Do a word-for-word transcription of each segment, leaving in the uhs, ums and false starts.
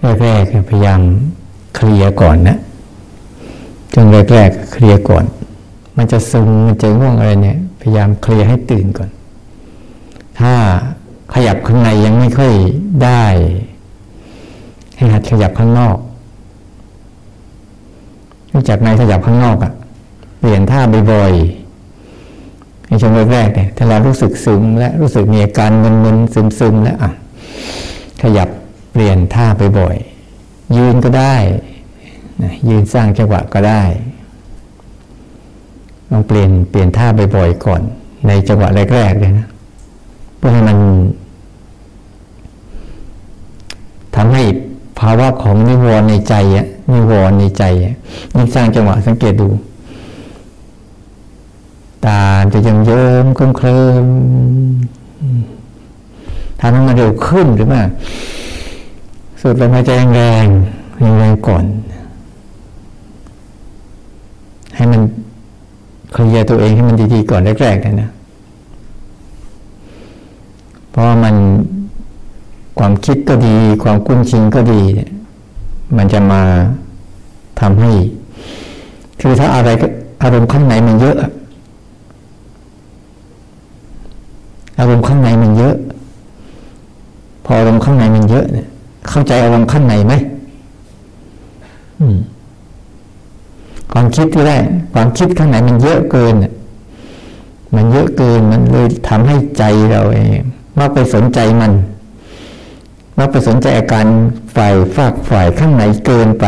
แรกๆพยายามเคลียร์ก่อนนะจนแรกๆเคลียร์ก่อนมันจะซึมมันจะง่วงอะไรเนี่ยพยายามเคลียร์ให้ตื่นก่อนถ้าขยับข้างในยังไม่ค่อยได้ให้หัดขยับข้างนอกจากในขยับข้างนอกอ่ะเปลี่ยนท่าบ่อยๆในช่วงแรกๆเนี่ยถ้าเรารู้สึกซึมและรู้สึกมีอาการมึนๆซึมๆแล้วอ่ะขยับเปลี่ยนท่าบ่อยๆยืนก็ได้ยืนสร้างจังหวะก็ได้ลองเปลี่ยนเปลี่ยนท่าบ่อยๆก่อนในจังหวะแรกๆเลยนะเพื่อให้มันทำให้ภาวะของนิวรณ์ในใจอ่ะนิวรณ์ในใจอ่ะยิ่งสร้างจังหวะสังเกตดูตาจะยังเยิ้มเคลิ้มๆทำให้มันเร็วขึ้นหรือไม่สูดลมหายใจแรงๆแรงๆก่อนให้มันเคลียร์ตัวเองให้มันดีๆก่อนแรกๆนะนะเพราะมันความคิดก็ดีความคุ้นชินก็ดีมันจะมาทำให้คือถ้าอะไรอารมณ์ข้างในมันเยอะอารมณ์ข้างในมันเยอะพออารมณ์ข้างในมันเยอะเนี่ยเข้าใจอารมณ์ข้างในไหมความคิดที่แรกความคิดข้างในมันเยอะเกินมันเยอะเกินมันเลยทำให้ใจเราเองมักไปสนใจมันมักไปสนใจอาการฝ่ายฝากฝ่ายข้างในเกินไป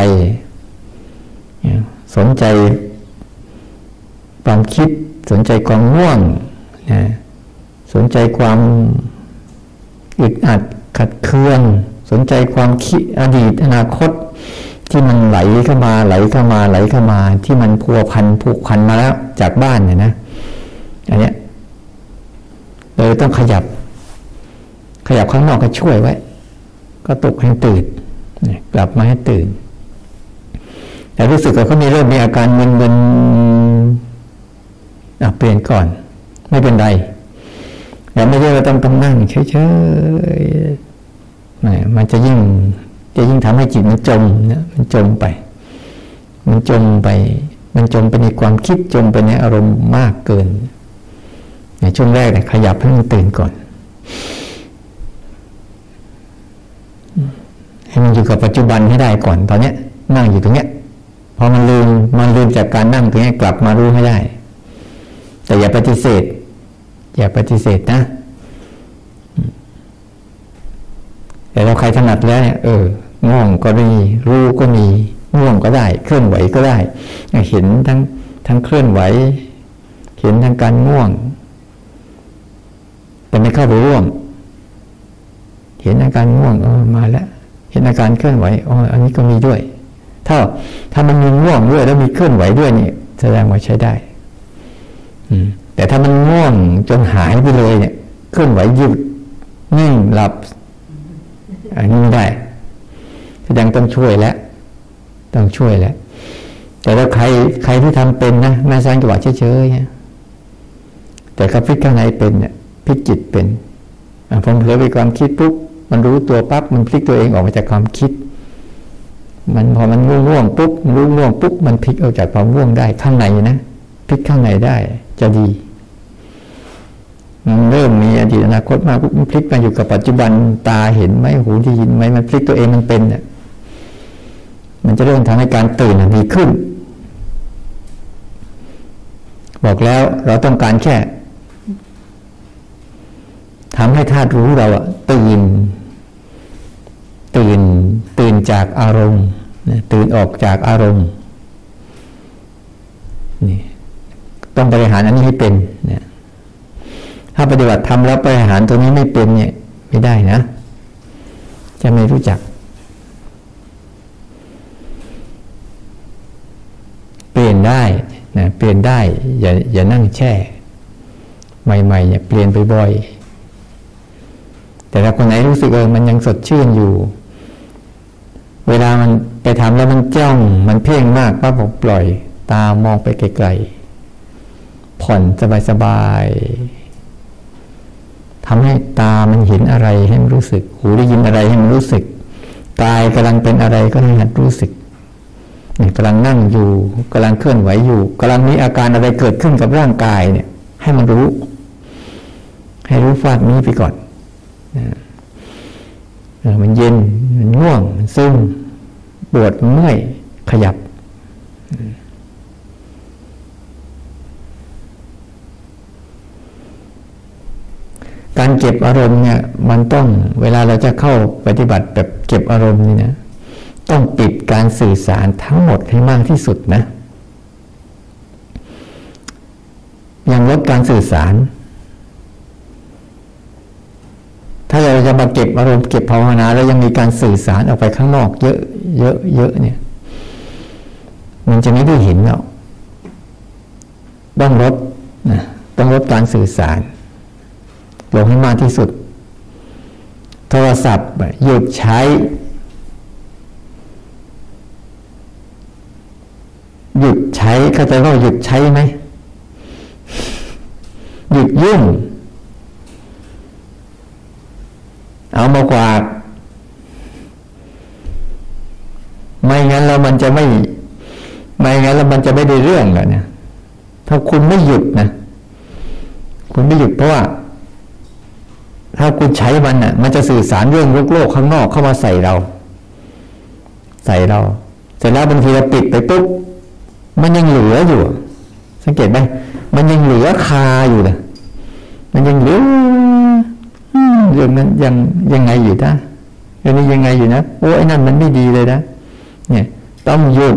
สนใจความคิดสนใจความง่วงนะสนใจความอึดอัดขัดเคืองสนใจความคิดอดีตอนาคตที่มันไหลเข้ามาไหลเข้ามาไหลเข้ามาที่มันพัวพันผูกพันมาแล้วจากบ้านเนี่ยนะอันเนี้ยเลยต้องขยับขยับข้างนอกก็ช่วยไว้ก็ตกให้ตื่นกลับมาให้ตื่นแต่รู้สึกว่าเขามีเริ่มมีอาการมึนๆเปลี่ยนก่อนไม่เป็นไรแต่ไม่ใช่ว่าต้องต้องนั่งเฉยๆมันจะยิ่งจะยิ่งทำให้จิตมันจมนะมันจมไปมันจมไปมันจมไปในความคิดจมไปในอารมณ์มากเกินในช่วงแรกเนี่ยขยับให้มันตื่นก่อนให้มันอยู่กับปัจจุบันให้ได้ก่อนตอนเนี้ยนั่งอยู่ตรงเนี้ยพอมันลืมมันลืมจากการนั่งตรงนี้กลับมารู้ให้ได้แต่อย่าปฏิเสธอย่าปฏิเสธนะแต่เราใครถนัดแล้วเนี่ยเออง่วงก็มีรู้ก็มีง่วงก็ได้เคลื่อนไหวก็ได้เห็นทั้งทั้งเคลื่อนไหวเห็นทั้งการง่วงแต่ไม่เข้าไปร่วมเห็นอาการง่วงเออมาแล้วเห็นอาการเคลื่อนไหวอ๋ออันนี้ก็มีด้วยถ้าถ้ามันมีง่วงด้วยแล้วมีเคลื่อนไหวด้วยนี่แสดงว่าใช้ได้อืมแต่ถ้ามันง่วงจนหายไปเลยเนี่ยเคลื่อนไหวหยุดนิ่งหลับอันนี้ไม่ได้แสดงต้องช่วยแล้วต้องช่วยแล้วแต่ถ้าใครใครที่ทำเป็นนะแม่สร้างจังหวะเฉยๆแต่เขาพลิกข้างในเป็นเนี่ยพลิกจิตเป็นพอเผลอไปความคิดปุ๊บมันรู้ตัวปั๊บมันพลิกตัวเองออกมาจากความคิดมันพอมันง่วงปุ๊บรู้ง่วงปุ๊บมันพลิกออกจากความง่วงได้ข้างในนะพลิกข้างในได้จะดีมันเริ่มมีอดีตอนาคตมาปุ๊บมันพลิกมาอยู่กับปัจจุบันตาเห็นไหมหูได้ยินไหมมันพลิกตัวเองมันเป็นเนี่ยมันจะเริ่มทำให้การตื่นดีขึ้นบอกแล้วเราต้องการแค่ทำให้ธาตุรู้เราอะตื่นตื่นตื่นจากอารมณ์ตื่นออกจากอารมณ์นี่ต้องบริหารอันนี้ให้เป็นเนี่ยถ้าปฏิบัติทำแล้วบริหารตรงนี้ไม่เป็นเนี่ยไม่ได้นะจะไม่รู้จักเปลี่ยนได้นะเปลี่ยนได้อย่าอย่านั่งแช่ใหม่ๆเนี่ยเปลี่ยนไปบ่อยแต่ถ้าคนไหนรู้สึกเออมันยังสดชื่นอยู่เวลามันไปทำแล้วมันจ้องมันเพ่งมากปั๊บผมปล่อยตามองไปไกลๆผ่อนสบายๆทำให้ตามันเห็นอะไรให้มันรู้สึกหูได้ยินอะไรให้มันรู้สึกกายกำลังเป็นอะไรก็ให้หัดรู้สึกนี่กำลังนั่งอยู่กำลังเคลื่อนไหวอยู่กำลังมีอาการอะไรเกิดขึ้นกับร่างกายเนี่ยให้มันรู้ให้รู้ฟากนี้ไปก่อนนะมันเย็นมันง่วงมันซึมปวดเมื่อยขยับการเก็บอารมณ์เนี่ยมันต้องเวลาเราจะเข้าปฏิบัติแบบเก็บอารมณ์นี่นะต้องปิดการสื่อสารทั้งหมดให้มากที่สุดนะยังลดการสื่อสารถ้าเราจะมาเก็บอารมณ์เก็บภาวนาแล้วยังมีการสื่อสารออกไปข้างนอกเยอะเยอะเยอะเนี่ยมันจะไม่ได้เห็นหรอกต้องลดนะต้องลดการสื่อสารลงให้มากที่สุดโทรศัพท์หยุดใช้หยุดใช้เข้าใจว่าหยุดใช้ไหมหยุดยุ่งเอามากวาดไม่งั้นแล้วมันจะไม่ไม่งั้นแล้วมันจะไม่ได้เรื่องแล้วเนี่ยถ้าคุณไม่หยุดนะคุณไม่หยุดเพราะว่าถ้าคุณใช้มันน่ะมันจะสื่อสารเรื่องโลกโลกข้างนอกเข้ามาใส่เราใส่เราเสร็จแล้วบางทีเราปิดไปปุ๊บมันยังเหลืออยู่สังเกตไหมมันยังเหลือคาอยู่นะมันยังเหลือเรื่องนั้นยังยังไงอยู่นะเรื่องนี้ยังไงอยู่นะโอ้ไอ้นั่นมันไม่ดีเลยนะเนี่ยต้องหยุด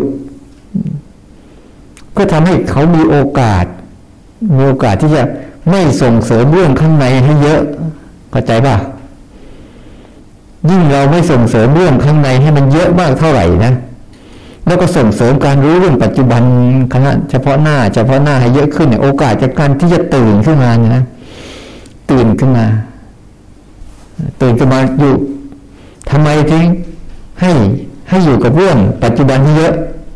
ก็ทำให้เขามีโอกาสมีโอกาสที่จะไม่ส่งเสริมเรื่องข้างในให้เยอะเข้าใจป่ะยิ่งเราไม่ส่งเสริมเรื่องข้างในให้มันเยอะมากเท่าไหร่นะแล้วก็ส่งเสริมการรู้เรื่องปัจจุบันขณะเฉพาะหน้าเฉพาะหน้าให้เยอะขึ้นเนี่ยโอกาสจากการที่จะตื่นขึ้นมาเนี่ยนะตื่นขึ้นมาตื่นขึ้นมาอยู่ทำไมถึงให้ให้อยู่กับเรื่องปัจจุบันที่เยอะ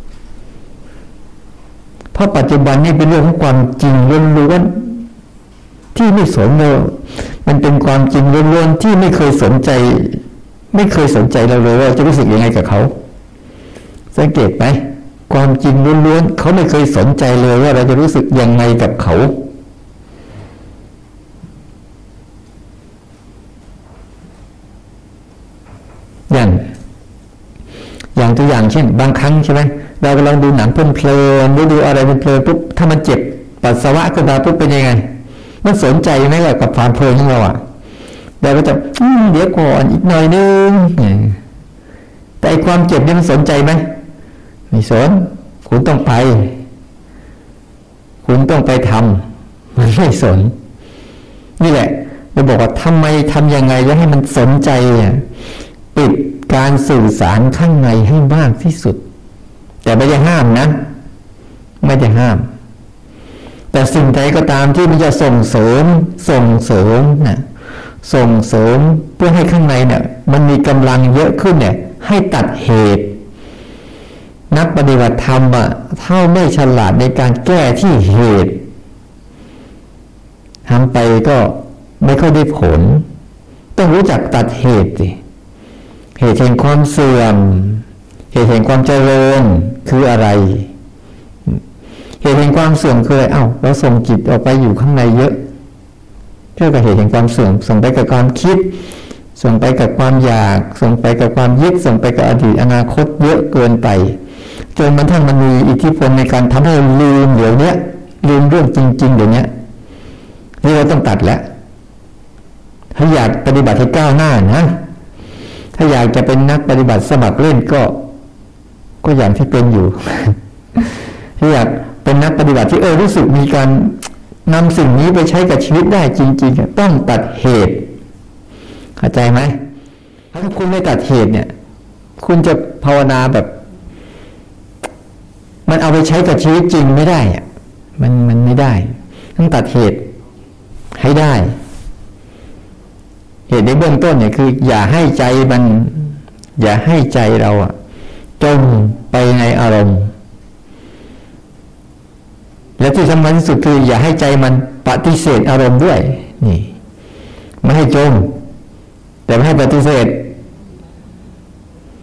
เพราะปัจจุบันนี่เป็นเรื่องของความจริงล้วนๆที่ไม่สนเลยมันเป็นความจริงล้วนๆที่ไม่เคยสนใจไม่เคยสนใจเราเลยว่าจะรู้สึกยังไงกับเขาสังเกตไหมความจริงล้วนๆเขาไม่เคยสนใจเลยว่าเราจะรู้สึกยังไงกับเขาอย่างอย่างตัวอย่างเช่นบางครั้งใช่ไหมเรากำลังดูหนังเพลินๆดูดูอะไรเพลินๆปุ๊บถ้ามันเจ็บปัสสาวะขึ้นมาปุ๊บเป็นยังไงมันสนใจไหมกับความเพลินของเราอ่ะเราก็จะเดี๋ยวก่อนอีกหน่อยนึงแต่ความเจ็บนี่มันสนใจไหมไม่สนคุณต้องไปคุณต้องไปทำมันไม่สนนี่แหละเราบอกว่าทำไมทำยังไงแล้วให้มันสนใจปิดการสื่อสารข้างในให้มากที่สุดแต่ไม่ได้ห้ามนะไม่ได้ห้ามแต่สิ่งใดก็ตามที่มันจะส่งเสริมส่งเสริมนะส่งเสริมเพื่อให้ข้างในเนี่ยมันมีกำลังเยอะขึ้นเนี่ยให้ตัดเหตุนักปฏิบัติธรรมอ่ะถ้าไม่ฉลาดในการแก้ที่เหตุทำไปก็ไม่ค่อยได้ผลต้องรู้จักตัดเหตุสิเหตุแห่งความเสื่อมเหตุแห่งความเจริญคืออะไรเหตุแห่งความเสื่อมคืออะไรเอ้าเราส่งจิตออกไปอยู่ข้างในเยอะเท่ากับเหตุแห่งความเสื่อมส่งไปกับความคิดส่งไปกับความอยากส่งไปกับความยึดส่งไปกับอดีตอนาคตเยอะเกินไปจนมันทั้งมันมีอิทธิพลในการทำให้เราลืมเดี๋ยวนี้ลืมเรื่องจริงๆเดี๋ยวนี้นี่เราต้องตัดแล้วถ้าอยากปฏิบัติให้ก้าวหน้านะถ้าอยากจะเป็นนักปฏิบัติสมัครเล่นก็ก็อย่างที่เป็นอยู่ ถ้าอยากเป็นนักปฏิบัติที่เออรู้สึกมีการนำสิ่งนี้ไปใช้กับชีวิตได้จริงๆต้องตัดเหตุเข้าใจไหมถ้าคุณไม่ตัดเหตุเนี่ยคุณจะภาวนาแบบมันเอาไปใช้กับชีวิตจริงไม่ได้อะมันมันไม่ได้ต้องตัดเหตุให้ได้เหตุในเบื้องต้นเนี่ยคืออย่าให้ใจมันอย่าให้ใจเราอะจมไปในอารมณ์และที่สำคัญที่สุดคืออย่าให้ใจมันปฏิเสธอารมณ์ด้วยนี่ไม่ให้จมแต่ไม่ให้ปฏิเสธ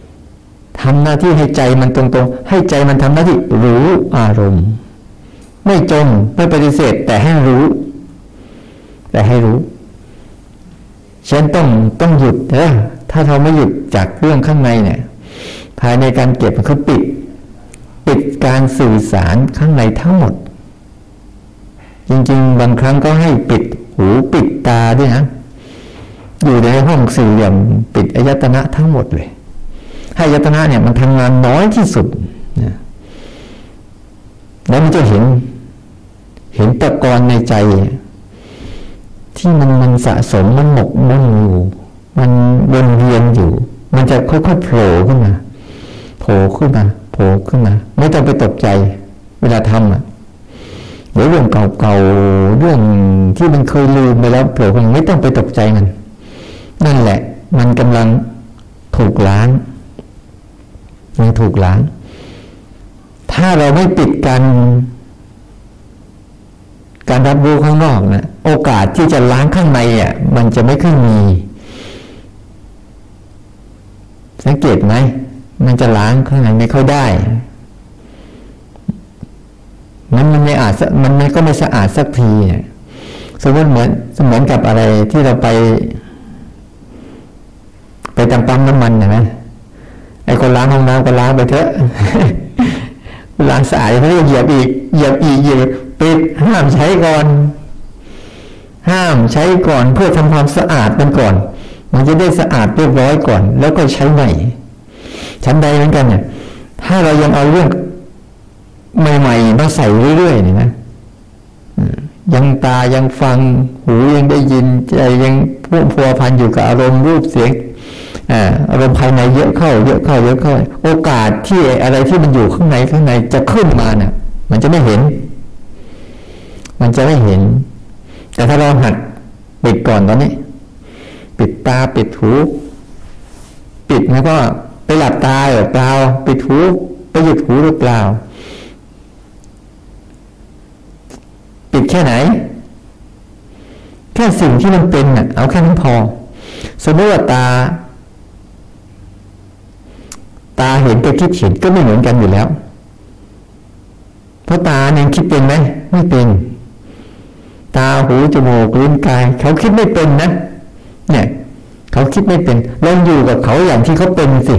ทำหน้าที่ให้ใจมันตรงๆให้ใจมันทำหน้าที่รู้อารมณ์ไม่จมไม่ปฏิเสธแต่ให้รู้แต่ให้รู้ฉันต้องต้องหยุดเออถ้าเราไม่หยุดจากเรื่องข้างในเนี่ยภายในการเก็บมันคือปิดปิดการสื่อสารข้างในทั้งหมดจริงๆบางครั้งก็ให้ปิดหูปิดตาด้วยนะอยู่ในห้องสี่เหลี่ยมปิดอายตนะทั้งหมดเลยให้อายตนะเนี่ยมันทำงานน้อยที่สุดนะแล้วมันจะเห็นเห็นตะกอนในใจที่มันมันสะสมมันหมกมุ่นอยู่มันวนเวียนอยู่มันจะค่อยๆโผล่ขึ้นมาโผล่ขึ้นมาโผล่ขึ้นมาไม่ต้องไปตกใจเวลาทำอ่ะหรือเรื่องเก่าๆเรื่องที่มันเคยลืมไปแล้วโผล่ขึ้นไม่ต้องไปตกใจมันนั่นแหละมันกำลังถูกล้างมันถูกล้างถ้าเราไม่ปิดการการรับรู้ข้างนอกนะโอกาสที่จะล้างข้างในอ่ะมันจะไม่ค่อยมีสังเกตไหมมันจะล้างข้างในไม่ค่อยได้มันมันไม่อาจมันมันก็ไม่สะอาดสักทีเนี่ยสมมติเหมือนเหมือนกับอะไรที่เราไปไปตามปั๊มน้ำมันเห็นไหมไอ้คนล้างห้องน้ำก็ล้างไปเถอะล้างสะอาดเขาเรียกเหยียบอีกเหยียบอีกเหยียบปิดห้ามใช้ก่อนห้ามใช้ก่อนเพื่อทำความสะอาดมันก่อนมันจะได้สะอาดเรียบร้อยก่อนแล้วก็ใช้ใหม่ชั้นใดเหมือนกันเนี่ยถ้าเรายังเอาเรื่องใหม่ๆมาใส่เรื่อยๆนี่นะยังตายังฟังหูยังได้ยินใจยังพัวพัวพันอยู่กับอารมณ์รูปเสียงอารมณ์ภายในเยอะเข้าเยอะเข้าเยอะเข้าโอกาสที่อะไรที่มันอยู่ข้างในข้างในจะขึ้นมาเนี่ยมันจะไม่เห็นมันจะไม่เห็นแต่ถ้าเราหัดปิดก่อนตอนนี้ปิดตาปิดหูปิดแล้วก็ไปหลับตาหรือเปล่าปิดหูไปหยุดหูหรือเปล่าปิดแค่ไหนแค่สิ่งที่มันเป็นน่ะเอาแค่นั้นพอสมมติว่าตาตาเห็นกับคิดเห็นก็ไม่เหมือนกันอยู่แล้วเพราะตาเนี่ยคิดเป็นไหมไม่เป็นตาหูจมูกลิ้นกายเขาคิดไม่เป็นนะเนี่ยเขาคิดไม่เป็นลองอยู่กับเขาอย่างที่เขาเป็นสิ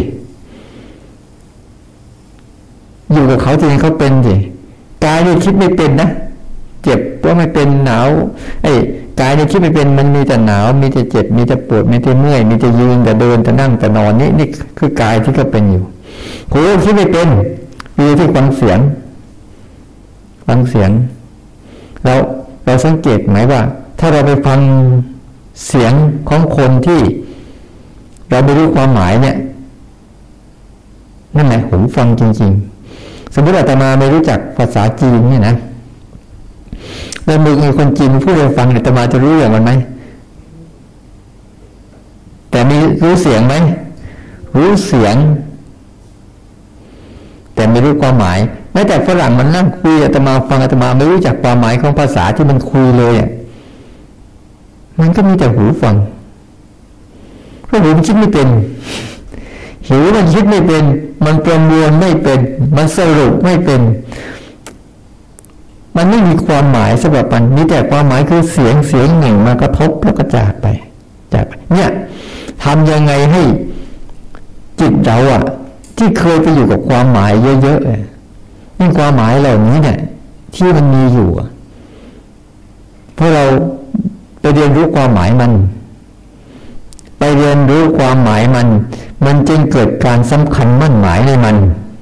อยู่กับเขาจริงเขาเป็นสิกายนี่คิดไม่เป็นนะเจ็บก็ไม่เป็นหนาวไอ้กายนี่คิดไม่เป็นมันมีแต่หนาวมีแต่เจ็บมีแต่ปวดมีแต่เมื่อยมีแต่ยืนแต่เดินแต่นั่งแต่นอนนี่นี่คือกายที่เขาเป็นอยู่หูคิดไม่เป็นมีที่ฟังเสียงฟังเสียงเราเราสังเกตไหมว่าถ้าเราไปฟังเสียงของคนที่เราไม่รู้ความหมายเนี่ยนั่นแหละหูฟังจริงๆสมมติอาตมาไม่รู้จักภาษาจีนเนี่ยนะแล้วมีคนจีนพูดให้ฟังอาตมาจะรู้อย่างมันไหมแต่มีรู้เสียงไหมรู้เสียงแต่ไม่รู้ความหมายแม้แต่ฝรั่งมันนั่งคุยอาตมาฟังอาตมาไม่รู้จักความหมายของภาษาที่มันคุยเลยอ่ะมันก็มีแต่หูฟังเพราะหูมันคิดไม่เป็นหูมันคิดไม่เป็นมันประมวลไม่เป็นมันสรุปไม่เป็นมันไม่มีความหมายสำหรับมันมีแต่ความหมายคือเสียงเสียงหนึ่งมากระทบแล้วก็จากไปจากไปเนี่ยทำยังไงให้จิตเราอ่ะที่เคยไปอยู่กับความหมายเยอะๆนี่ความหมายเหล่านี้เนี่ยที่มันมีอยู่เพราะเราไปเรียนรู้ความหมายมันไปเรียนรู้ความหมายมันมันจึงเกิดการสำคัญมั่นหมายในมัน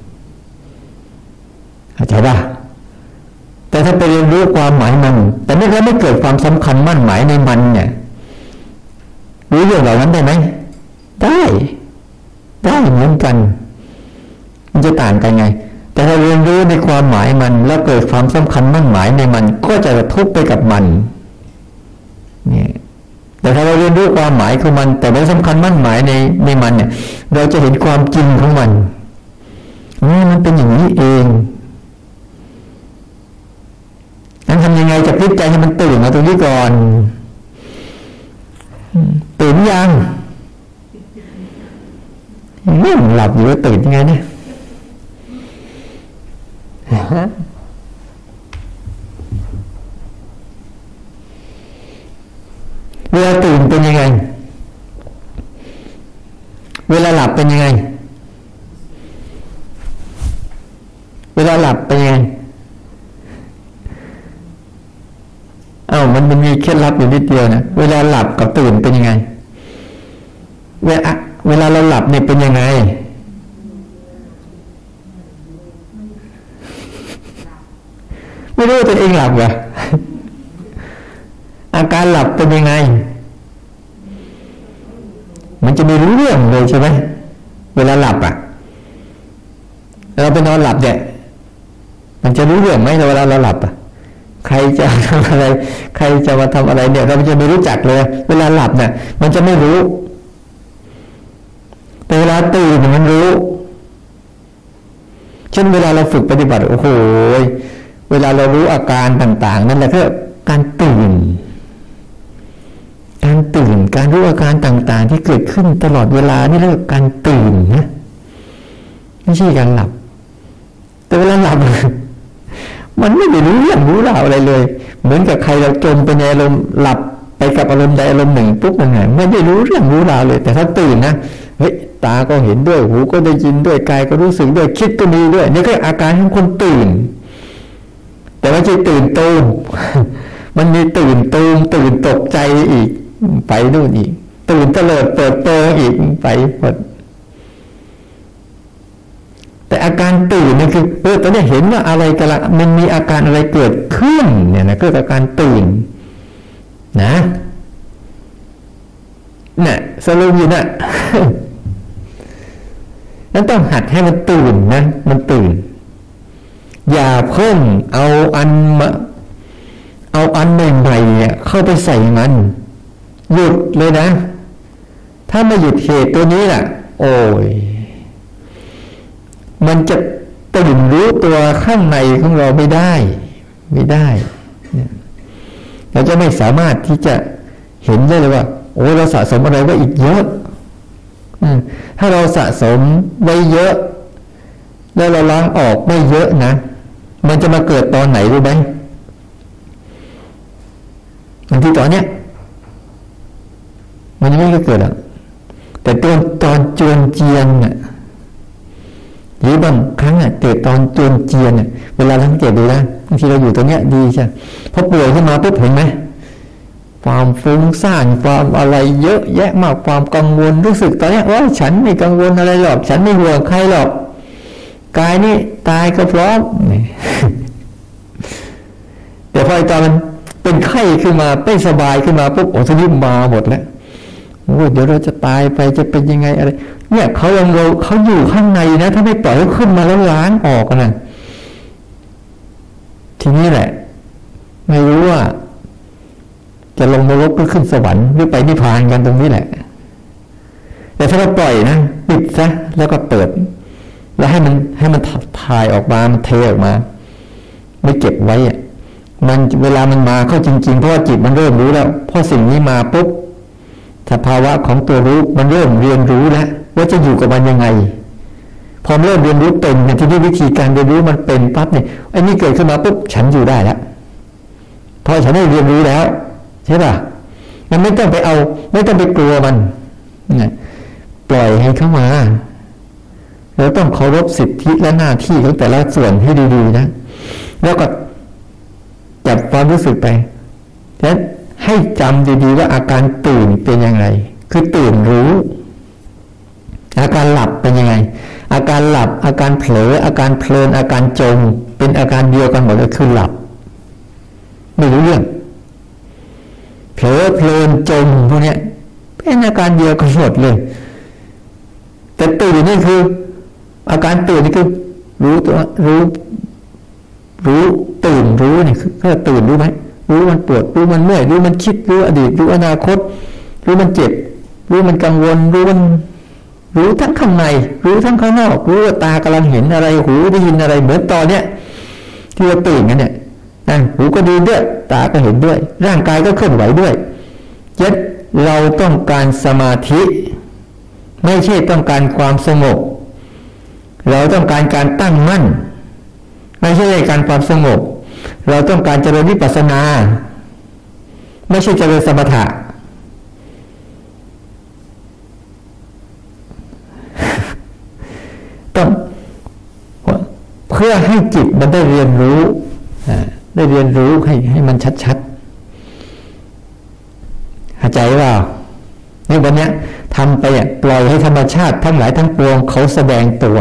เข้าใจป่ะแต่ถ้าไปเรียนรู้ความหมายมันแต่ไม่แล้วไม่เกิดความสำคัญมั่นหมายในมันเนี่ยรู้เรื่องเหล่านั้นได้ไหมได้ได้เหมือนกันมันจะต่างกันไงแต่ถ้าเรียนรู้ในความหมายมันแล้วเกิดความสำคัญมั่นหมายในมันก็จะกระทบไปกับมันเนี่ยแต่ถ้าเราเรียนรู้ความหมายของมันแต่ไม่สำคัญมั่นหมายในในมันเนี่ยเราจะเห็นความจริงของมันนี่มันเป็นอย่างนี้เองงั้นทำยังไงจะพลิกใจให้มันตื่นมาตรงนี้ก่อนตื่นยังไม่ง่วงหลับอยู่ตื่นยังไงเนี่ยเวลาตื่นเป็นยังไงเวลาหลับเป็นยังไงเวลาหลับเป็นยังไงเอ้ามันมันมีเคล็ดลับอยู่นิดเดียวนะเวลาหลับกับตื่นเป็นยังไงเวลาเวลาเราหลับเนี่ยเป็นยังไงไม่รู้ตัวเองหลับเหรออาการหลับเป็นยังไงมันจะไม่รู้เรื่องเลยใช่ไหมเวลาหลับอ่ะเราไปนอนหลับเนี่ยมันจะรู้เรื่องไหมเวลาเราหลับอ่ะใครจะทำอะไรใครจะมาทำอะไรเนี่ยเราจะไม่รู้จักเลยเวลาหลับเนี่ยมันจะไม่รู้แต่เวลาตื่นมันรู้เช่นเวลาเราฝึกปฏิบัติโอ้โหเวลาเรารู้อาการต่างๆนั่นแหละคือการตื่นการตื่นการรู้อาการต่างๆที่เกิดขึ้นตลอดเวลานี่เรียกว่าการตื่นนะไม่ใช่การหลับแต่เวลาหลับมันไม่ได้รู้เรื่องรู้ราวอะไรเลยเหมือนกับใครเราจมไปในอารมณ์หลับไปกับอารมณ์ใดอารมณ์หนึ่งปุ๊บมันไงไม่ได้รู้เรื่องรู้ราวเลยแต่ถ้าตื่นนะเฮ้ยตาก็เห็นด้วยหูก็ได้ยินด้วยกายก็รู้สึกด้วยคิดก็มีด้วยนี่ก็อาการของคนตื่นแต่ไม่ใช่ตื่นตูมมันมีตื่นตูมตื่นตกใจอีกไปนู่นอีกตื่นเตลิดเปิดโตอีกไปหมดแต่อาการตื่นนี่คือเออตอนนี้เห็นว่าอะไรกำลังมันมีอาการอะไรเกิดขึ้นเนี่ยนะก็คืออาการตื่นนะน่ะสรุปอยู่น่ะ นั้นต้องหัดให้มันตื่นนะมันตื่นอย่าเพิ่งเอาอันมาเอาอันใหม่ๆเนี่ยเข้าไปใส่มันหยุดเลยนะถ้าไม่หยุดเหตุตัวนี้ล่ะโอ้ยมันจะตื่นรู้ตัวข้างในของเราไม่ได้ไม่ได้เราจะไม่สามารถที่จะเห็นได้เลยว่าโอ้เราสะสมอะไรไว้อีกเยอะถ้าเราสะสมไว้เยอะแล้วเราล้างออกไม่เยอะนะมันจะมาเกิดตอนไหนรู้ไหมบางทีตอนเนี้ยมันยังไม่เกิดอ่ะแต่ตอนตอนจวนเจียนน่ะหรือบางครั้งอ่ะเกิดตอนจวนเจียนน่ะเวลาสังเกตดูนะบางทีเราอยู่ตรงเนี้ยดีใช่พอป่วยขึ้นมาปุ๊บเห็นไหมความฟุ้งซ่านความอะไรเยอะแยะมากความกังวลรู้สึกตอนนี้ว่าฉันไม่กังวลอะไรหรอกฉันไม่ห่วงใครหรอกกายนี่ตายก็พร้อมแต่พอตอนมันเป็นไข้ขึ้นมาไม่สบายขึ้นมาปุ๊บโอ้ทีนี้มาหมดแล้วโอ้เดี๋ยวเราจะตายไปจะเป็นยังไงอะไรเนี่ยเขายังเราเขาอยู่ข้างในนะถ้าไม่ปล่อยเขาขึ้นมาแล้วล้างออกนะทีนี้แหละไม่รู้ว่าจะลงนรกหรือขึ้นสวรรค์หรือไปนิพพานกันตรงนี้แหละแต่ถ้าเราปล่อยนะปิดซะแล้วก็เปิดแล้วให้มันให้มันถ่ายออกมามันเทออกมาไม่เก็บไว้อ่ะมันเวลามันมาเข้าจริงๆเพราะว่าจิตมันเริ่มรู้แล้วพอสิ่งนี้มาปุ๊บสภาวะของตัวรู้มันเริ่มเรียนรู้แล้วว่าจะอยู่กับมันยังไงพอเริ่มเรียนรู้เป็นทีนี้วิธีการเรียนรู้มันเป็นปั๊บเนี่ยไอ้นี่เกิดขึ้นมาปุ๊บฉันอยู่ได้แล้วพอฉันได้เรียนรู้แล้วใช่ป่ะมันไม่ต้องไปเอาไม่ต้องไปกลัวมันปล่อยให้เข้ามาเราต้องเคารพสิทธิและหน้าที่ของแต่ละส่วนให้ดีๆนะแล้วก็จับความรู้สึกไปแล้วให้จำดีๆว่าอาการตื่นเป็นยังไงคือตื่นรู้อาการหลับเป็นยังไงอาการหลับอาการเผลออาการเพลินอาการจมเป็นอาการเดียวกันหมดเลยคือหลับไม่รู้เรื่องเผลอเพลินจมพวกนี้เป็นอาการเดียวกันหมดเลยแต่ตื่นนี่คืออาการตื่นนี่คือรู้ตัวรู้รู้ตื่นรู้นี่คือก็ตื่นรู้ไหมรู้มันปวดรู้มันเมื่อยรู้มันคิดรู้อดีตรู้อนาคตรู้มันเจ็บรู้มันกังวลรู้มันรู้ทั้งข้างในรู้ทั้งข้างนอกรู้ว่าตากำลังเห็นอะไรหูได้ยินอะไรเหมือนตอนเนี้ยที่เราตื่นกันเนี่ยนั่นหูก็ดูด้วยตาก็เห็นด้วยร่างกายก็เคลื่อนไหวด้วยเจ็ดเราต้องการสมาธิไม่ใช่ต้องการความสงบเราต้องการการตั้งมั่นไม่ใช่การความสงบเราต้องการเจริญวิปัสสนาไม่ใช่เจริญสมถะต้องเพื่อให้จิตมันได้เรียนรู้ได้เรียนรู้ให้ให้มันชัดๆเข้าใจว่าในวันนี้ทำไปอ่ะปล่อยให้ธรรมชาติทั้งหลายทั้งปวงเขาแสดงตัว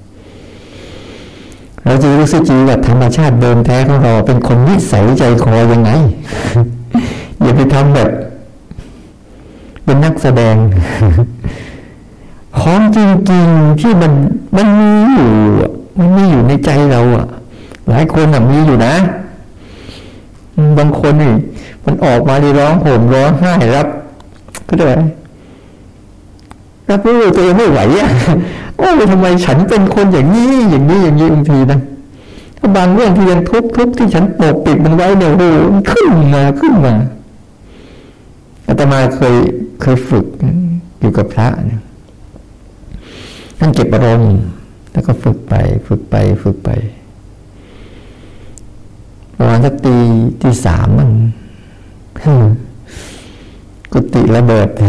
เราจะรู้สึกจีว่าธรรมชาติเดิมแท้ของเราเป็นคนนิสัยใจคอยังไง อย่าไปทำแบบเป็นนักแสดง ของจริงๆที่มันมันมีอยู่มันมีอยู่ในใจเราอ่ะหลายคนอ่ะมีอยู่นะบางคนนี่มันออกมาได้ร้องโห่มร้องไห้รับก็ได้รับรู้ตัวเองไม่ไหวอ่ะโอ้ทำไมฉันเป็นคนอย่างนี้อย่างนี้อย่างนี้บางทีนะบางเรื่องที่ยังทุกทุกที่ฉันปกปิดมันไว้เนี่ยโอ้มันขึ้นมาขึ้นมาอาตมาเคยเคยฝึกอยู่กับพระเนี่ยท่านเก็บอารมณ์แล้วก็ฝึกไปฝึกไปฝึกไปประมาณสักตีตีสามมันกุฏิระเบิด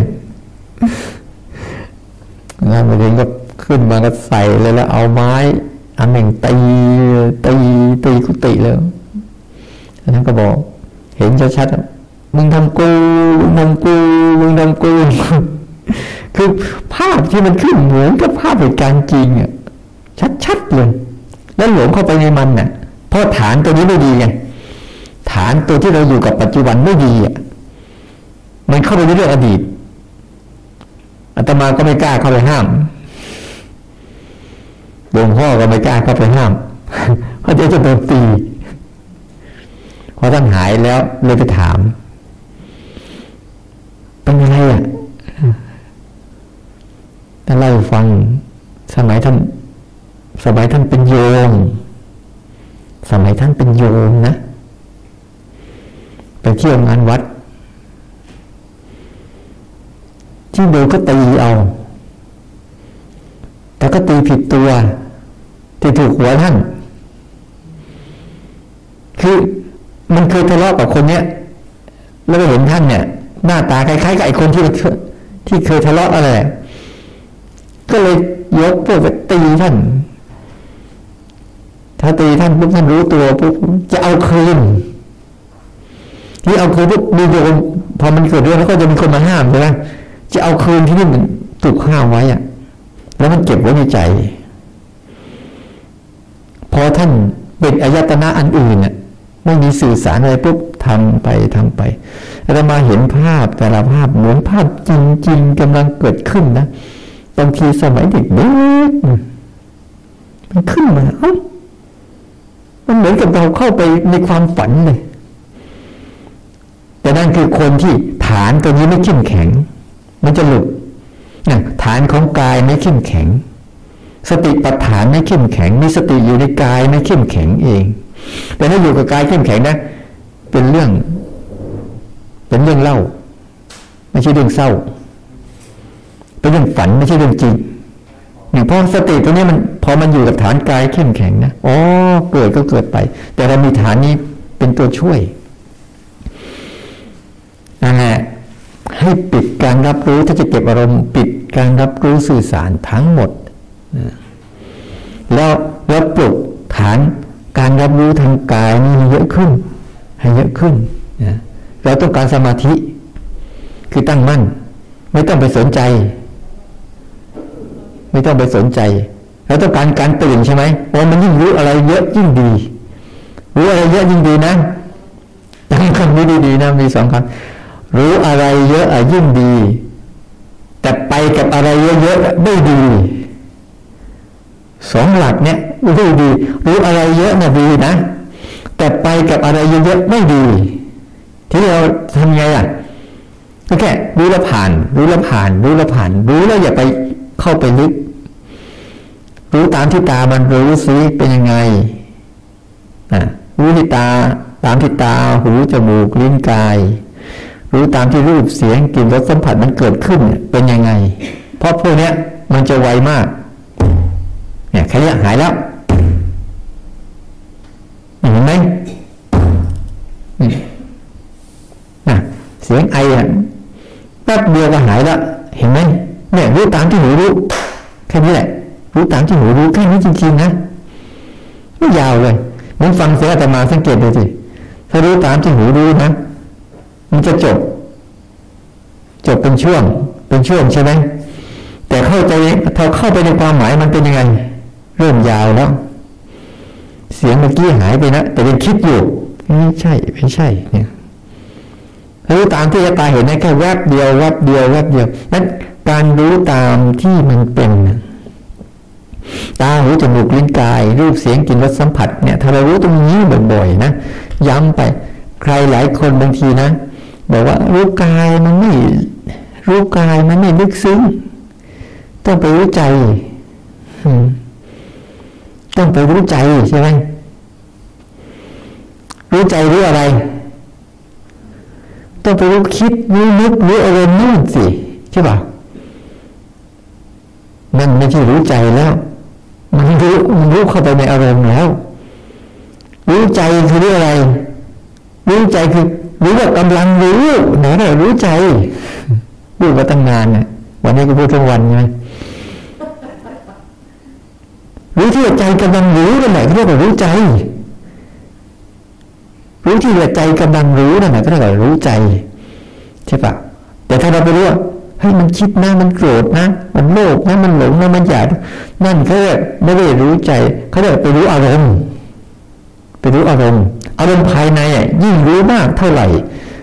งานมาเรียนก็ขึ้นมาก็ใส่เลยแล้วเอาไม้อันหนึ่งตีตีตีกุฏิแล้วท่านก็บอกเห็นชัดๆมึงทำกูมึงทำกูมึงทำกูคือภาพที่มันขึ้นเหมือนกับภาพเหตุการณ์จริงอ่ะชัดๆเลยแล้วหลงเข้าไปในมันน่ะเพราะฐานตัวนี้ไม่ดีไงฐานตัวที่เราอยู่กับปัจจุบันไม่ดีอ่ะมันเข้าไปในเรื่องอดีตอาตมาก็ไม่กล้าเข้าไปห้ามหลวงพ่อก็ไม่กล้าเข้าไปห้ามเพราะเดี๋ยวจะโดนตีพอท่านหายแล้วเลยไปถามเป็นอะไรอ่ะท่านเล่าให้ฟังสมัยท่านสมัยท่านเป็นโยมสมัยท่านเป็นโยมนะไปเที่ยวงานวัดที่โดนก็ตีเอาแต่ก็ตีผิดตัวที่ถูกหัวท่านคือมันเคยทะเลาะกับคนเนี้ยแล้วก็เห็นท่านเนี่ยหน้าตาคล้ายๆกับไอ้คนที่ที่เคยทะเลาะอะไรก็เลยยกพวกไปตีท่านถ้าตีท่านปุ๊บท่านรู้ตัวปุ๊บจะเอาคืนที่เอาคืนปุ๊บมีโยมพอมันเกิดเรื่องแล้วก็จะมีคนมาห้ามใช่ไหมจะเอาคืนที่นี่มันถูกห้ามไว้อะแล้วมันเก็บไว้ในใจพอท่านเป็นอายตนะอันอื่นน่ะไม่มีสื่อสารอะไรปุ๊บทำไปทำไปเรามาเห็นภาพแต่ละภาพเหมือนภาพจริงๆกำลังเกิดขึ้นนะบางทีสมัยเด็กๆมันขึ้นมาเอ้ามันเหมือนกับเราเข้าไปในความฝันเลยแต่นั่นคือคนที่ฐานตัวนี้ไม่เข้มแข็งมันจะหลุดนะฐานของกายไม่เข้มแข็งสติปัฏฐานไม่เข้มแข็งมีสติอยู่ในกายไม่เข้มแข็งเองแต่ถ้าอยู่กับกายเข้มแข็งนะเป็นเรื่องเป็นเรื่องเล่าไม่ใช่เรื่องเศร้าเป็นเรื่องฝันไม่ใช่เรื่องจริงอย่างพอสติตัวนี้มันพอมันอยู่กับฐานกายเข้มแข็งนะอ๋อเกิดก็เกิดไปแต่เรามีฐานนี้เป็นตัวช่วยนั่นแหละให้ปิดการรับรู้ถ้าจะเก็บอารมณ์ปิดการรับรู้สื่อสารทั้งหมดนะแล้วแล้วปลุกฐานการรับรู้ทางกายนี่เยอะขึ้นให้เยอะขึ้นนะเราต้องการสมาธิคือตั้งมั่นไม่ต้องไปสนใจไม่ต้องไปสนใจเราต้องการการตื่นใช่ไหมเพราะมันยิ่งรู้อะไรเยอะยิ่งดีรู้อะไรเยอะยิ่งดีนะตั้งคำนี้ดีๆนะมีสองคำรู้อะไรเยอะยิ่งดีแต่ไปกับอะไรเยอะๆไม่ดีสองหลักเนี่ยไม่ดีรู้อะไรเยอะน่ะดีนะแต่ไปกับอะไรเยอะๆไม่ดีที่เราทำไงอ่ะก็แค่รู้แล้วผ่านรู้แล้วผ่านรู้แล้วผ่านรู้แล้วอย่าไปเข้าไปลึกรู้ตามที่ตามันรู้ซิเป็นยังไงนะรู้ที่ตาตามที่ตาหูจมูกลิ้นกายรู้ตามที่รูปเสียงกลิ่นรสสัมผัสมันเกิดขึ้นเป็นยังไงเพราะพวกเนี้ยมันจะไวมากเนี่ยแค่นี้หายแล้วเห็นไหมน่ะเสียงไออ่ะแป๊บเดียวก็หายแล้วเห็นไหมเนี่ยรู้ตามที่หูรู้แค่นี้แหละรู้ตามที่หูรู้แค่นี้จริงๆนะไม่ยาวเลยมันฟังเสียงอาตมาสังเกตดูสิถ้ารู้ตามที่หูรู้นะมันจะจบจบเป็นช่วงเป็นช่วงใช่ไหมแต่เข้าใจถ้าเข้าไปในความหมายมันเป็นยังไงเริ่มยาวแล้วเสียงเมื่อกี้หายไปนะแต่ยังคิดอยู่ไม่ใช่ไม่ใช่เนี่ยรู้ตามที่ตาเห็นได้แค่แวบเดียวแวบเดียวแวบเดียวนั้นการรู้ตามที่มันเป็นตาหูจมูกลิ้นกายรูปเสียงกลิ่นรสสัมผัสเนี่ยถ้าเรารู้ตรงนี้บ่อยๆนะย้ำไปใครหลายคนบางทีนะบอกว่ารู้กายมันไม่รู้กายมันไม่ลึกซึ้งต้องไปรู้ใจต้องไปรู้ใจใช่ไหมรู้ใจรู้อะไรต้องไปรู้คิดรู้นึกรู้อารมณ์นู่นสิใช่ป่ะมันไม่ใช่รู้ใจแล้วมันรู้มันรู้เข้าไปในอารมณ์แล้วรู้ใจคือรู้อะไรรู้ใจคือรู้ว่ากำลังรู้ไหนไหนรู้ใจพูดมาตั้งนานเนี่ยวันนี้ก็พูดทั้งวันไงรู้ที่ใจกำลังรู้นั่นแหละเรียกว่ารู้ใจรู้ที่ใจกำลังรู้นั่นแหละก็เรียกว่ารู้ใจใช่ปะแต่ถ้าเราไปรู้ว่าเฮ้ยมันคิดนะมันโกรธนะมันโลภนะมันหลงนะมันอยากนั่นเขาเรียกไม่ได้รู้ใจเขาเรียกไปรู้อารมณ์ไปรู้อารมณ์อารมณ์ภายในอ่ะยิ่งรู้มากเท่าไหร่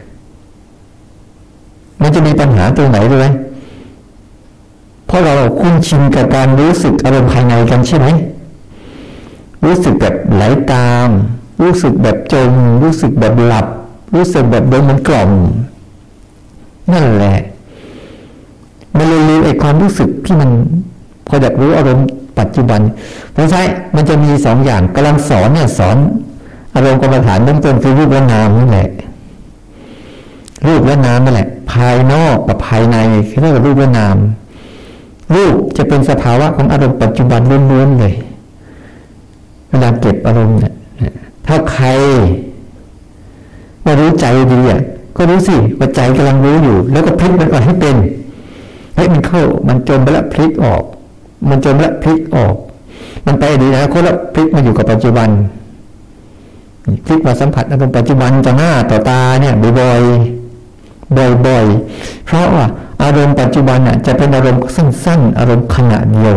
มันจะมีปัญหาตรงไหนด้วยเพราะเราคุ้นชินกับการรู้สึกอารมณ์ภายในกันใช่ไหมรู้สึกแบบไหลตามรู้สึกแบบจมรู้สึกแบบหลับรู้สึกแบบโดนมันกล่อมนั่นแหละมันเลยลืมไอ้ความรู้สึกที่มันพออยากรู้อารมณ์ปัจจุบันเพราะใช่มันจะมีสองอย่างกำลังสอนเนี่ยสอนอารมณ์กรรมฐานเบื้องต้นคือรูปและนามนั่นแหละรูปและนามนั่นแหละภายนอกกับภายในคือเรียกว่ารูปและนามรูปจะเป็นสภาวะของอารมณ์ปัจจุบันล้วนๆเลยเวลาเก็บอารมณ์เนี่ยถ้าใครว่ารู้ใจดีอ่ะก็รู้สิว่าใจกำลังรู้อยู่แล้วก็พลิกมันก่อนให้เป็นให้มันเข้ามันจมไปแล้วพลิกออกมันจมแล้วพลิกออกมันไปดีนะคนละพลิกมาอยู่กับปัจจุบันพลิกมาสัมผัสอารมณ์ปัจจุบันต่อหน้าต่อตาเนี่ยบ่อยๆบ่อยๆเพราะว่าอารมณ์ปัจจุบันน่ะจะเป็นอารมณ์สั้นๆอารมณ์ขณะเดียว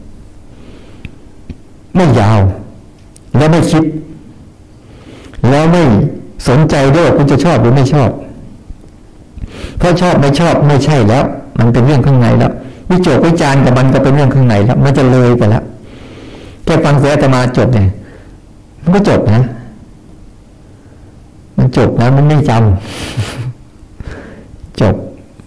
ไม่ยาวแล้วไม่คิดแล้วไม่สนใจด้วยคุณจะชอบหรือไม่ชอบเพราะชอบไม่ชอบไม่ใช่แล้วมันเป็นเรื่องข้างในแล้ววิจารณ์วิจารณ์กับมันก็เป็นเรื่องข้างในแล้วมันจะเลยไปแล้วแค่ฟังเสียงอาตมาจบเนี่ยมันก็จบนะมันจบแล้วมันไม่จำจบ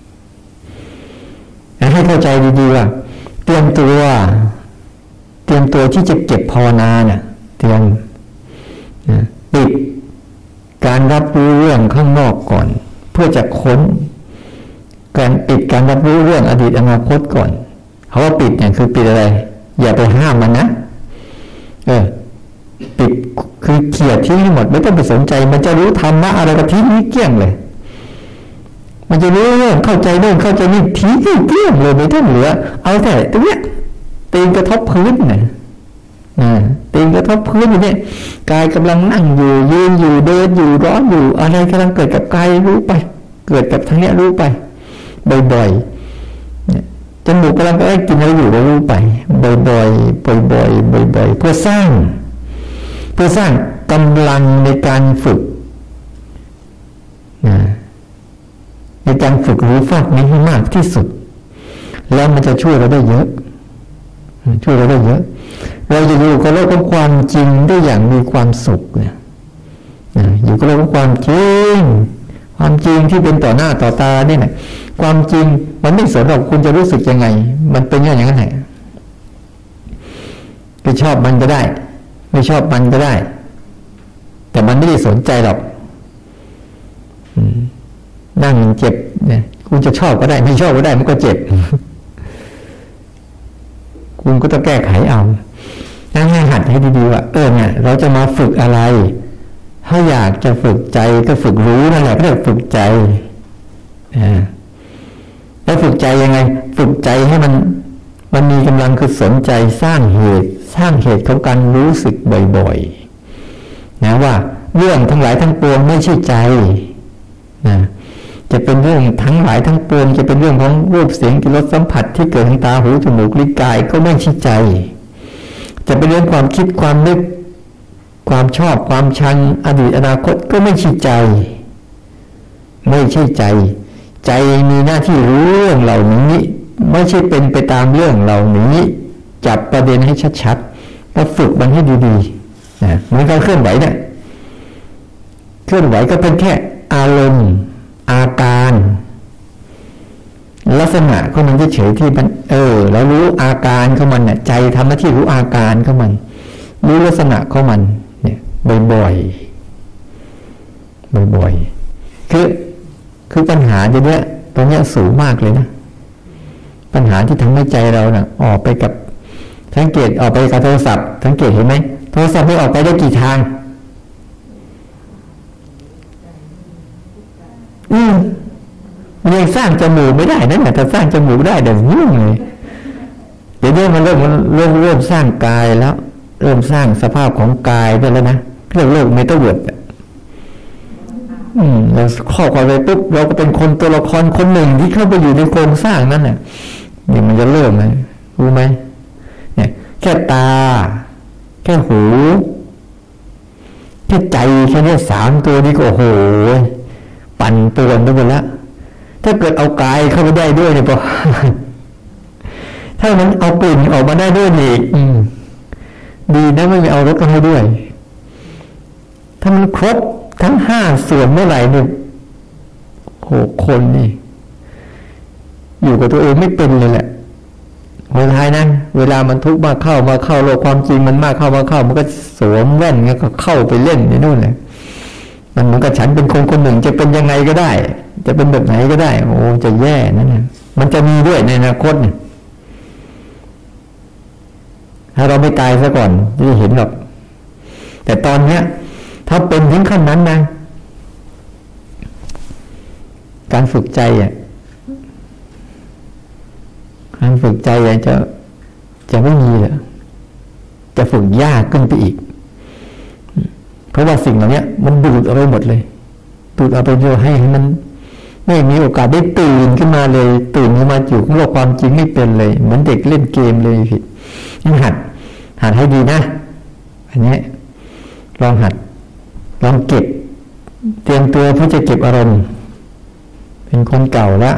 ให้เข้าใจดีๆว่าเตรียมตัวเตรียมตัวที่จะเก็บภาวนาเนี่ยเตรียมปิดการรับรู้เรื่องข้างนอกก่อนเพื่อจะค้นการปิดการรับรู้เรื่องอดีตอนาคตก่อนเขาว่าปิดเนี่ยคือปิดอะไรอย่าไปห้ามมันนะเออปิดคือเขี่ยทิ้งให้หมดไม่ต้องไปสนใจมันจะรู้ธรรมะอะไรก็ทิ้งนี้เกลี้ยงเลยมันจะรู้เรื่องเข้าใจเรื่องเข้าใจนี่ทิ้งให้เกลี้ยงเลยไม่ต้องเหลือเอาแต่ตรงเนี้ยตีนกระทบพื้นนะตีนกระทบพื้นอยู่เนี่ยกายกำลังนั่งอยู่ยืนอยู่เดินอยู่ร้อนอยู่อะไรกำลังเกิดกับกายรู้ไปเกิดกับทั้งเนี้ยรู้ไปบ่อยๆจมูกกำลังก็ได้กินอะไรอยู่ก็รู้ไปบ่อยๆบ่อยๆบ่อยๆเพื่อสร้างเพื่อสร้างกำลังในการฝึกในการฝึกรู้ฝากนี้ให้มากที่สุดแล้วมันจะช่วยเราได้เยอะช่วยเราได้เยอะเราจะอยู่กับโลกของความจริงได้อย่างมีความสุขเนี่ยอยู่กับโลกของความจริงความจริงที่เป็นต่อหน้าต่อตาเนี่ยนะความจริงมันไม่สนหรอกคุณจะรู้สึกยังไงมันเป็นอย่างนั้นแหละคือชอบมันก็ได้ไม่ชอบมันก็ได้แต่มันไม่ได้สนใจหรอกนั่งเจ็บเนี่ยคุณจะชอบก็ได้ไม่ชอบก็ได้มันก็เจ็บคุณก็ต้องแก้ไขเอานั่งให้หัดให้ดีๆว่าเออเนี่ยเราจะมาฝึกอะไรถ้าอยากจะฝึกใจก็ฝึกรู้นั่นแหละก็เรียกฝึกใจอ่าแล้วฝึกใจยังไงฝึกใจให้มันมันมีกำลังคือสนใจสร้างเหตุสร้างเหตุของการรู้สึกบ่อยๆนะว่าเรื่องทั้งหลายทั้งปวงไม่ใช่ใจนะจะเป็นเรื่องทั้งหลายทั้งปวงจะเป็นเรื่องของรูปเสียงกลิ่นรสสัมผัสที่เกิดทางตาหูจมูกลิ้นกายก็ไม่ใช่ใจจะเป็นเรื่องความคิดความนึกความชอบความชังอดีตอนาคตก็ไม่ใช่ใจไม่ใช่ใจใจมีหน้าที่รู้เรื่องเหล่านี้ไม่ใช่เป็นไปตามเรื่องเหล่านี้จับประเด็นให้ชัดๆแล้วฝึกมันให้ดีๆนะเหมือนการเคลื่อนไหวเนี่ยเคลื่อนไหวก็เป็นแค่อารมณ์อาการลักษณะของมันเฉยๆที่มันเออแล้วรู้อาการของมันเนี่ยใจทำหน้าที่รู้อาการของมันรู้ลักษณะของมันเนี่ยบ่อยๆบ่อยๆคือคือปัญหาเนี้ยตรงเนี้ยสูงมากเลยนะปัญหาที่ทำให้ใจเราเนี่ยออกไปกับสังเกตออกไปกับโทรศัพท์สังเกตเห็นไหมโทรศัพท์ไม่ออกไปได้กี่ทางอืมยังสร้างจมูกไม่ได้นั่นแหละถ้าสร้างจมูกได้เดี๋ยวยุ่งเลยเดี๋ยวนี้มันเริ่มมันเริ่มเริ่มสร้างกายแล้วเริ่มสร้างสภาพของกายได้แล้วนะเรื่องโลกเมตาเวิร์ดอืมเราข้อความไปปุ๊บเราก็เป็นคนตัวละครคนหนึ่งที่เข้าไปอยู่ในโครงสร้างนั้นน่ะนี่มันจะเริ่มไหมรู้ไหมเนี่ยแค่ตาแค่หูแค่ใจแค่นี้สามตัวนี้ก็โอ้โหปั่นป่วนไปหมดแล้วถ้าเกิดเอากายเข้าไปได้ด้วยเนี่ยพอถ้ามันเอากลิ่นออกมาได้ด้วยอีกดีนะไม่มีเอารถเข้าไปด้วยถ้ามันครบทั้งห้าส่วนเมื่อไหร่เนี่ยโหคนนี่อยู่กับตัวเองไม่เป็นเลยแหละเวลานั้นเวลามันทุกข์มากเข้ามาเข้าโลกความจริงมันมากเข้ามาเข้ามันก็สวมแว่นแล้วก็เข้าไปเล่นในนู่นเลยมันเหมือนกับฉันเป็นคนคนหนึ่งจะเป็นยังไงก็ได้จะเป็นแบบไหนก็ได้โอ้จะแย่นั่นนะมันจะมีด้วยในอนาคตเนี่ยถ้าเราไม่ตายซะก่อนจะเห็นหรอกแต่ตอนเนี้ยถ้าเป็นถึงขั้นนั้นนะการฝึกใจอ่ะการฝึกใจอ่ะจะจะไม่มีเลยจะฝึกยากขึ้นไปอีกเพราะว่าสิ่งเหล่านี้มันดูดเอาไปหมดเลยดูดเอาไปโยให้มันไม่มีโอกาสได้ตื่นขึ้นมาเลยตื่นขึ้นมาอยู่กับโลกความจริงไม่เป็นเลยเหมือนเด็กเล่นเกมเลยผิดนี่หัดหัดให้ดีนะอันนี้ลองหัดลองเก็บเตรียมตัวเพื่อจะเก็บอารมณ์เป็นคนเก่าแล้ว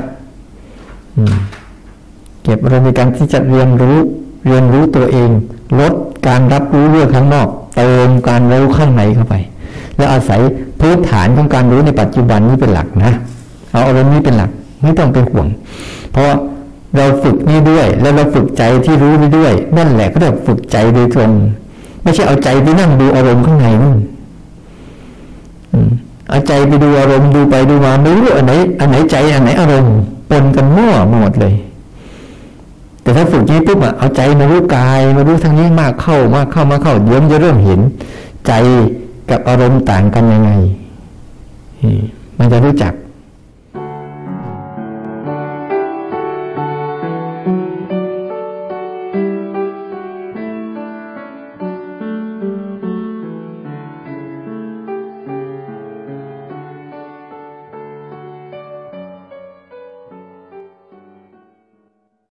เก็บอารมณ์ในการที่จะเรียนรู้เรียนรู้ตัวเองลดการรับรู้เรื่องข้างนอกเติมการรู้ข้างในเข้าไปแล้วอาศัยพื้นฐานของการรู้ในปัจจุบันนี้เป็นหลักนะเอาอารมณ์นี้เป็นหลักไม่ต้องเป็นห่วงเพราะเราฝึกนี่ด้วยแล้วเราฝึกใจที่รู้นี่ด้วยนั่นแหละก็เรียกฝึกใจโดยตรงไม่ใช่เอาใจไปนั่งดูอารมณ์ข้างในนั่นเอาใจไปดูอารมณ์ดูไปดูมาไม่รู้อันไหนอันไหนใจอันไหนอารมณ์ปนกันมั่วหมดเลยแต่ถ้าฝึกนี้ปุ๊บอะเอาใจมารู้กายมารู้ทางนี้มากเข้ามากเข้ามาเข้าเดี๋ยวมันจะเริ่มเห็นใจกับอารมณ์ต่างกันยังไงมันจะรู้จัก